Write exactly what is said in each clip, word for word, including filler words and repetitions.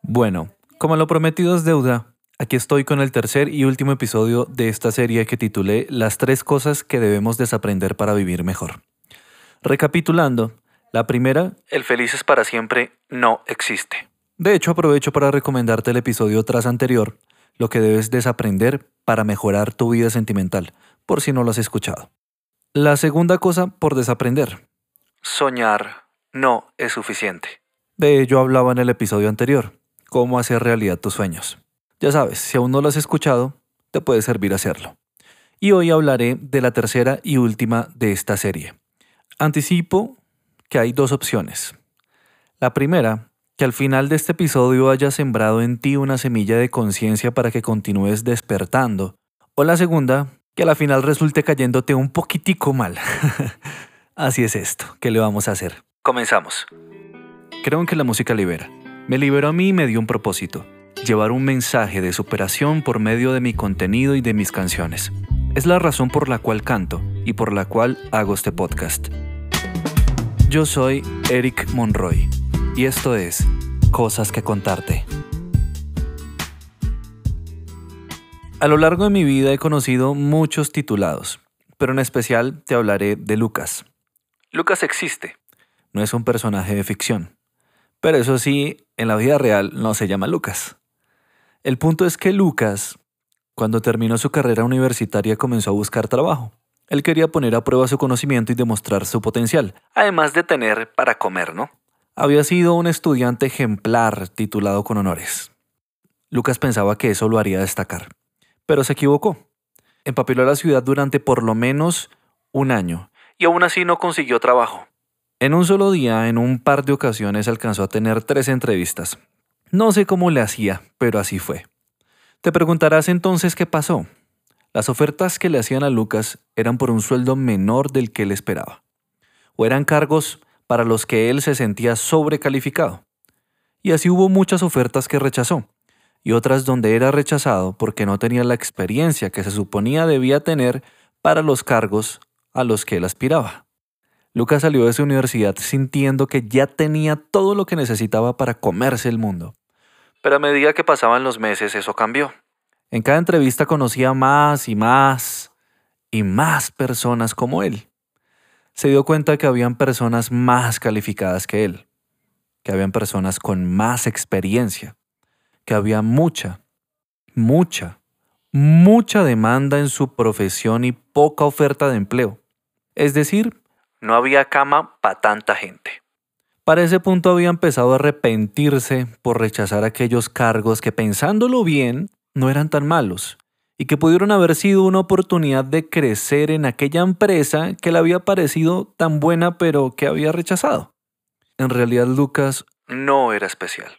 Bueno, como lo prometido es deuda, aquí estoy con el tercer y último episodio de esta serie que titulé Las tres cosas que debemos desaprender para vivir mejor. Recapitulando, la primera, el felices para siempre no existe. De hecho, aprovecho para recomendarte el episodio tras anterior, lo que debes desaprender para mejorar tu vida sentimental, por si no lo has escuchado. La segunda cosa por desaprender. Soñar no es suficiente. De ello hablaba en el episodio anterior, cómo hacer realidad tus sueños. Ya sabes, si aún no lo has escuchado, te puede servir hacerlo. Y hoy hablaré de la tercera y última de esta serie. Anticipo que hay dos opciones. La primera, que al final de este episodio haya sembrado en ti una semilla de conciencia para que continúes despertando. O la segunda, que a la final resulte cayéndote un poquitico mal. Así es esto, ¿qué le vamos a hacer? Comenzamos. Creo en que la música libera. Me liberó a mí y me dio un propósito. Llevar un mensaje de superación por medio de mi contenido y de mis canciones. Es la razón por la cual canto y por la cual hago este podcast. Yo soy Eric Monroy y esto es Cosas que contarte. A lo largo de mi vida he conocido muchos titulados, pero en especial te hablaré de Lucas. Lucas existe, no es un personaje de ficción, pero eso sí, en la vida real no se llama Lucas. El punto es que Lucas, cuando terminó su carrera universitaria, comenzó a buscar trabajo. Él quería poner a prueba su conocimiento y demostrar su potencial, además de tener para comer, ¿no? Había sido un estudiante ejemplar titulado con honores. Lucas pensaba que eso lo haría destacar, pero se equivocó. Empapeló a la ciudad durante por lo menos un año y aún así no consiguió trabajo. En un solo día, en un par de ocasiones, alcanzó a tener tres entrevistas. No sé cómo le hacía, pero así fue. Te preguntarás entonces qué pasó. Las ofertas que le hacían a Lucas eran por un sueldo menor del que él esperaba. O eran cargos para los que él se sentía sobrecalificado. Y así hubo muchas ofertas que rechazó, y otras donde era rechazado porque no tenía la experiencia que se suponía debía tener para los cargos a los que él aspiraba. Lucas salió de su universidad sintiendo que ya tenía todo lo que necesitaba para comerse el mundo. Pero a medida que pasaban los meses eso cambió. En cada entrevista conocía más y más y más personas como él. Se dio cuenta que habían personas más calificadas que él, que habían personas con más experiencia, que había mucha, mucha, mucha demanda en su profesión y poca oferta de empleo. Es decir, no había cama para tanta gente. Para ese punto había empezado a arrepentirse por rechazar aquellos cargos que, pensándolo bien, no eran tan malos y que pudieron haber sido una oportunidad de crecer en aquella empresa que le había parecido tan buena pero que había rechazado. En realidad Lucas no era especial.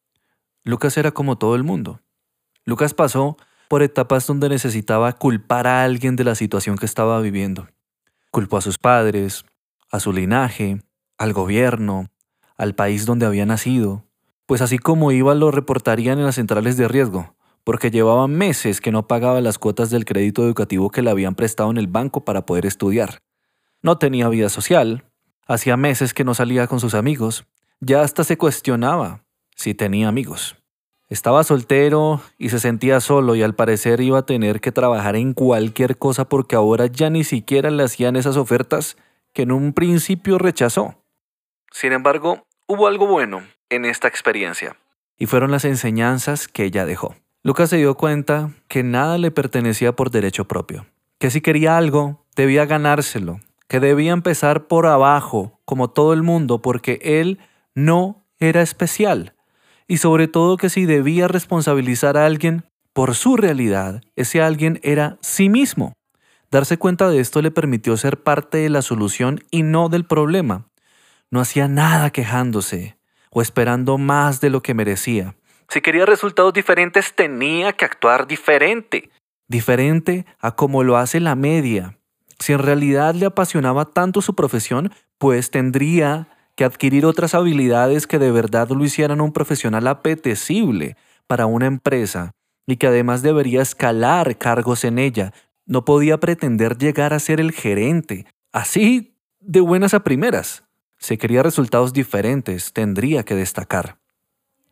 Lucas era como todo el mundo. Lucas pasó por etapas donde necesitaba culpar a alguien de la situación que estaba viviendo. Culpó a sus padres, a su linaje, al gobierno, al país donde había nacido, pues así como iba lo reportarían en las centrales de riesgo, porque llevaba meses que no pagaba las cuotas del crédito educativo que le habían prestado en el banco para poder estudiar. No tenía vida social, hacía meses que no salía con sus amigos, ya hasta se cuestionaba si tenía amigos. Estaba soltero y se sentía solo y al parecer iba a tener que trabajar en cualquier cosa porque ahora ya ni siquiera le hacían esas ofertas que en un principio rechazó. Sin embargo, hubo algo bueno en esta experiencia y fueron las enseñanzas que ella dejó. Lucas se dio cuenta que nada le pertenecía por derecho propio, que si quería algo debía ganárselo, que debía empezar por abajo como todo el mundo porque él no era especial. Y sobre todo que si debía responsabilizar a alguien por su realidad, ese alguien era sí mismo. Darse cuenta de esto le permitió ser parte de la solución y no del problema. No hacía nada quejándose o esperando más de lo que merecía. Si quería resultados diferentes tenía que actuar diferente. Diferente a como lo hace la media. Si en realidad le apasionaba tanto su profesión, pues tendría que adquirir otras habilidades que de verdad lo hicieran un profesional apetecible para una empresa y que además debería escalar cargos en ella. No podía pretender llegar a ser el gerente, así de buenas a primeras. Si quería resultados diferentes, tendría que destacar.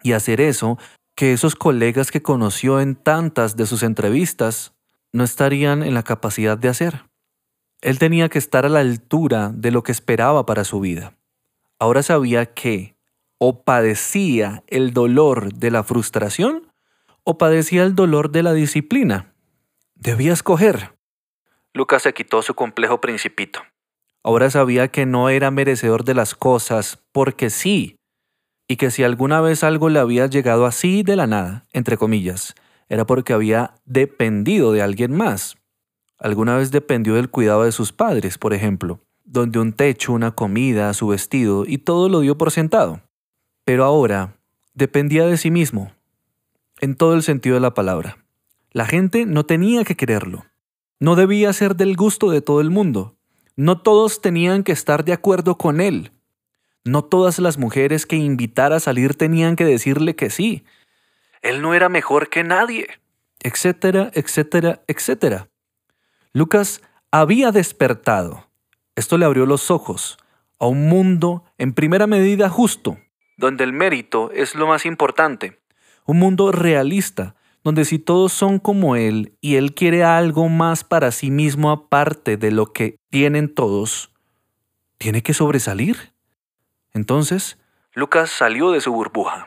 y hacer eso que esos colegas que conoció en tantas de sus entrevistas no estarían en la capacidad de hacer. Él tenía que estar a la altura de lo que esperaba para su vida. Ahora sabía que o padecía el dolor de la frustración o padecía el dolor de la disciplina. Debía escoger. Lucas se quitó su complejo principito. Ahora sabía que no era merecedor de las cosas porque sí, y que si alguna vez algo le había llegado así de la nada, entre comillas, era porque había dependido de alguien más. Alguna vez dependió del cuidado de sus padres, por ejemplo, donde un techo, una comida, su vestido y todo lo dio por sentado. Pero ahora dependía de sí mismo, en todo el sentido de la palabra. La gente no tenía que quererlo. No debía ser del gusto de todo el mundo. No todos tenían que estar de acuerdo con él. No todas las mujeres que invitara a salir tenían que decirle que sí. Él no era mejor que nadie, etcétera, etcétera, etcétera. Lucas había despertado. Esto le abrió los ojos a un mundo en primera medida justo, donde el mérito es lo más importante. Un mundo realista, donde si todos son como él y él quiere algo más para sí mismo aparte de lo que tienen todos, tiene que sobresalir. Entonces, Lucas salió de su burbuja.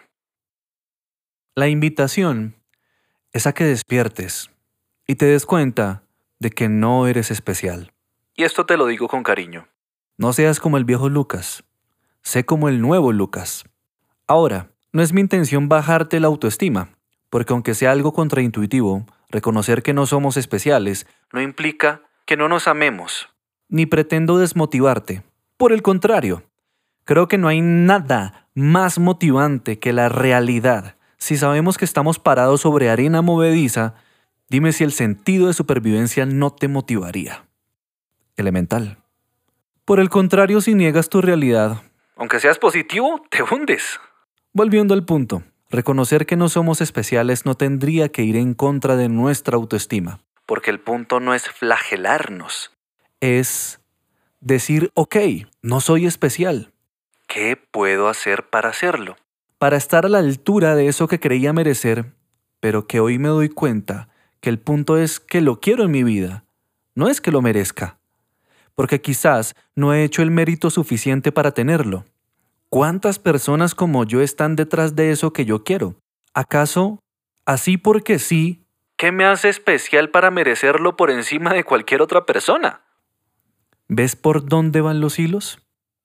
La invitación es a que despiertes y te des cuenta de que no eres especial. Y esto te lo digo con cariño. No seas como el viejo Lucas, sé como el nuevo Lucas. Ahora, no es mi intención bajarte la autoestima, porque aunque sea algo contraintuitivo, reconocer que no somos especiales no implica que no nos amemos, ni pretendo desmotivarte. Por el contrario, creo que no hay nada más motivante que la realidad. Si sabemos que estamos parados sobre arena movediza, dime si el sentido de supervivencia no te motivaría. Elemental. Por el contrario, si niegas tu realidad, aunque seas positivo, te hundes. Volviendo al punto, reconocer que no somos especiales no tendría que ir en contra de nuestra autoestima, porque el punto no es flagelarnos, es decir, ok, no soy especial. ¿Qué puedo hacer para hacerlo? Para estar a la altura de eso que creía merecer, pero que hoy me doy cuenta que el punto es que lo quiero en mi vida, no es que lo merezca, porque quizás no he hecho el mérito suficiente para tenerlo. ¿Cuántas personas como yo están detrás de eso que yo quiero? ¿Acaso, así porque sí, qué me hace especial para merecerlo por encima de cualquier otra persona? ¿Ves por dónde van los hilos?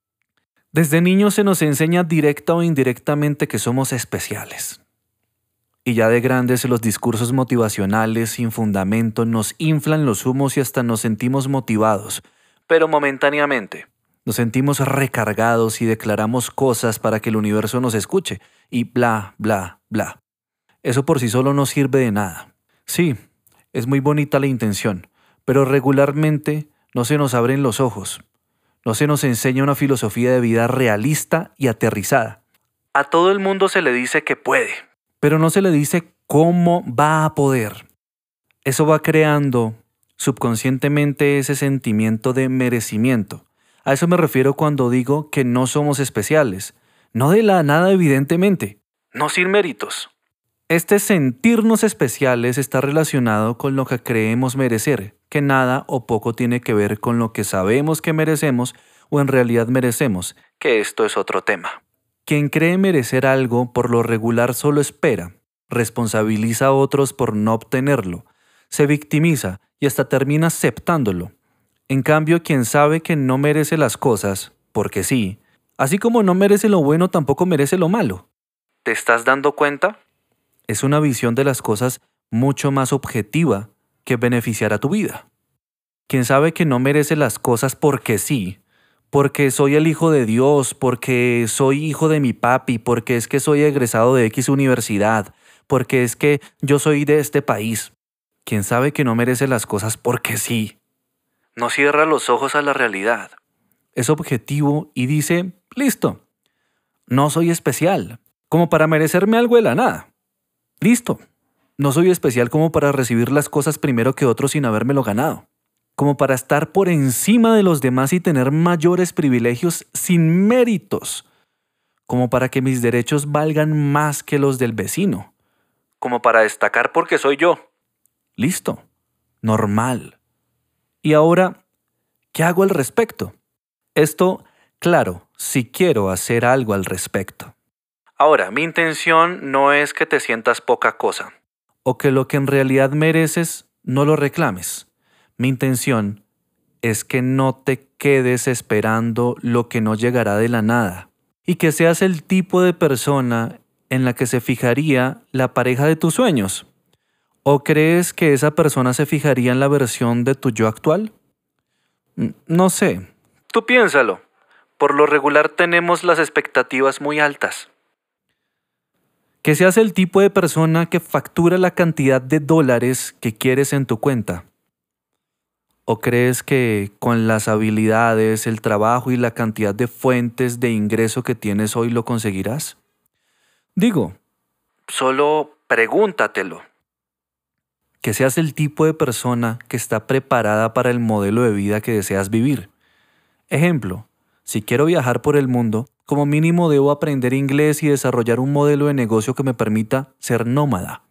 Desde niños se nos enseña directa o indirectamente que somos especiales. Y ya de grandes los discursos motivacionales sin fundamento nos inflan los humos y hasta nos sentimos motivados, pero momentáneamente. Nos sentimos recargados y declaramos cosas para que el universo nos escuche, y bla, bla, bla. Eso por sí solo no sirve de nada. Sí, es muy bonita la intención, pero regularmente no se nos abren los ojos. No se nos enseña una filosofía de vida realista y aterrizada. A todo el mundo se le dice que puede, pero no se le dice cómo va a poder. Eso va creando subconscientemente ese sentimiento de merecimiento. A eso me refiero cuando digo que no somos especiales. No de la nada, evidentemente. No sin méritos. Este sentirnos especiales está relacionado con lo que creemos merecer, que nada o poco tiene que ver con lo que sabemos que merecemos o en realidad merecemos, que esto es otro tema. Quien cree merecer algo por lo regular solo espera, responsabiliza a otros por no obtenerlo, se victimiza y hasta termina aceptándolo. En cambio, quien sabe que no merece las cosas, porque sí, así como no merece lo bueno, tampoco merece lo malo. ¿Te estás dando cuenta? Es una visión de las cosas mucho más objetiva que beneficiar a tu vida. Quien sabe que no merece las cosas porque sí, porque soy el hijo de Dios, porque soy hijo de mi papi, porque es que soy egresado de X universidad, porque es que yo soy de este país. Quien sabe que no merece las cosas porque sí, no cierra los ojos a la realidad. Es objetivo y dice, listo, no soy especial, como para merecerme algo de la nada. Listo, no soy especial como para recibir las cosas primero que otros sin habérmelo ganado. Como para estar por encima de los demás y tener mayores privilegios sin méritos. como para que mis derechos valgan más que los del vecino, como para destacar porque soy yo. Listo, normal. Y ahora, ¿qué hago al respecto? Esto, claro, si quiero hacer algo al respecto. Ahora, mi intención no es que te sientas poca cosa, o que lo que en realidad mereces no lo reclames. Mi intención es que no te quedes esperando lo que no llegará de la nada, y que seas el tipo de persona en la que se fijaría la pareja de tus sueños. ¿O crees que esa persona se fijaría en la versión de tu yo actual? No sé. Tú piénsalo. Por lo regular tenemos las expectativas muy altas. Que seas el tipo de persona que factura la cantidad de dólares que quieres en tu cuenta. ¿O crees que con las habilidades, el trabajo y la cantidad de fuentes de ingreso que tienes hoy lo conseguirás? Digo, solo pregúntatelo. Que seas el tipo de persona que está preparada para el modelo de vida que deseas vivir. Ejemplo, si quiero viajar por el mundo, como mínimo debo aprender inglés y desarrollar un modelo de negocio que me permita ser nómada.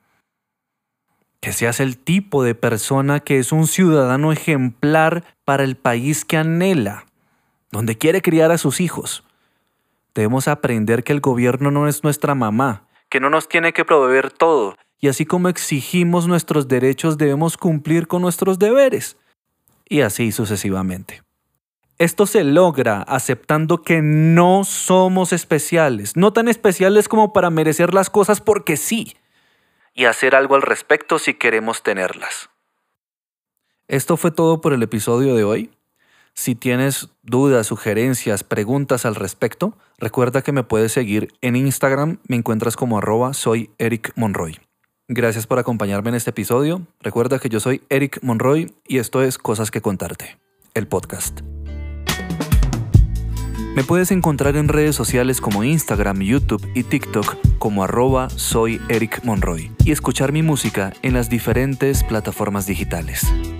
Que seas el tipo de persona que es un ciudadano ejemplar para el país que anhela, donde quiere criar a sus hijos. Debemos aprender que el gobierno no es nuestra mamá, que no nos tiene que proveer todo, y así como exigimos nuestros derechos debemos cumplir con nuestros deberes, y así sucesivamente. Esto se logra aceptando que no somos especiales, no tan especiales como para merecer las cosas porque sí, y hacer algo al respecto si queremos tenerlas. Esto fue todo por el episodio de hoy. Si tienes dudas, sugerencias, preguntas al respecto, recuerda que me puedes seguir en Instagram, me encuentras como arroba soy Eric Monroy. Gracias por acompañarme en este episodio. Recuerda que yo soy Eric Monroy y esto es Cosas que Contarte, el podcast. Me puedes encontrar en redes sociales como Instagram, YouTube y TikTok como arroba soy Eric Monroy y escuchar mi música en las diferentes plataformas digitales.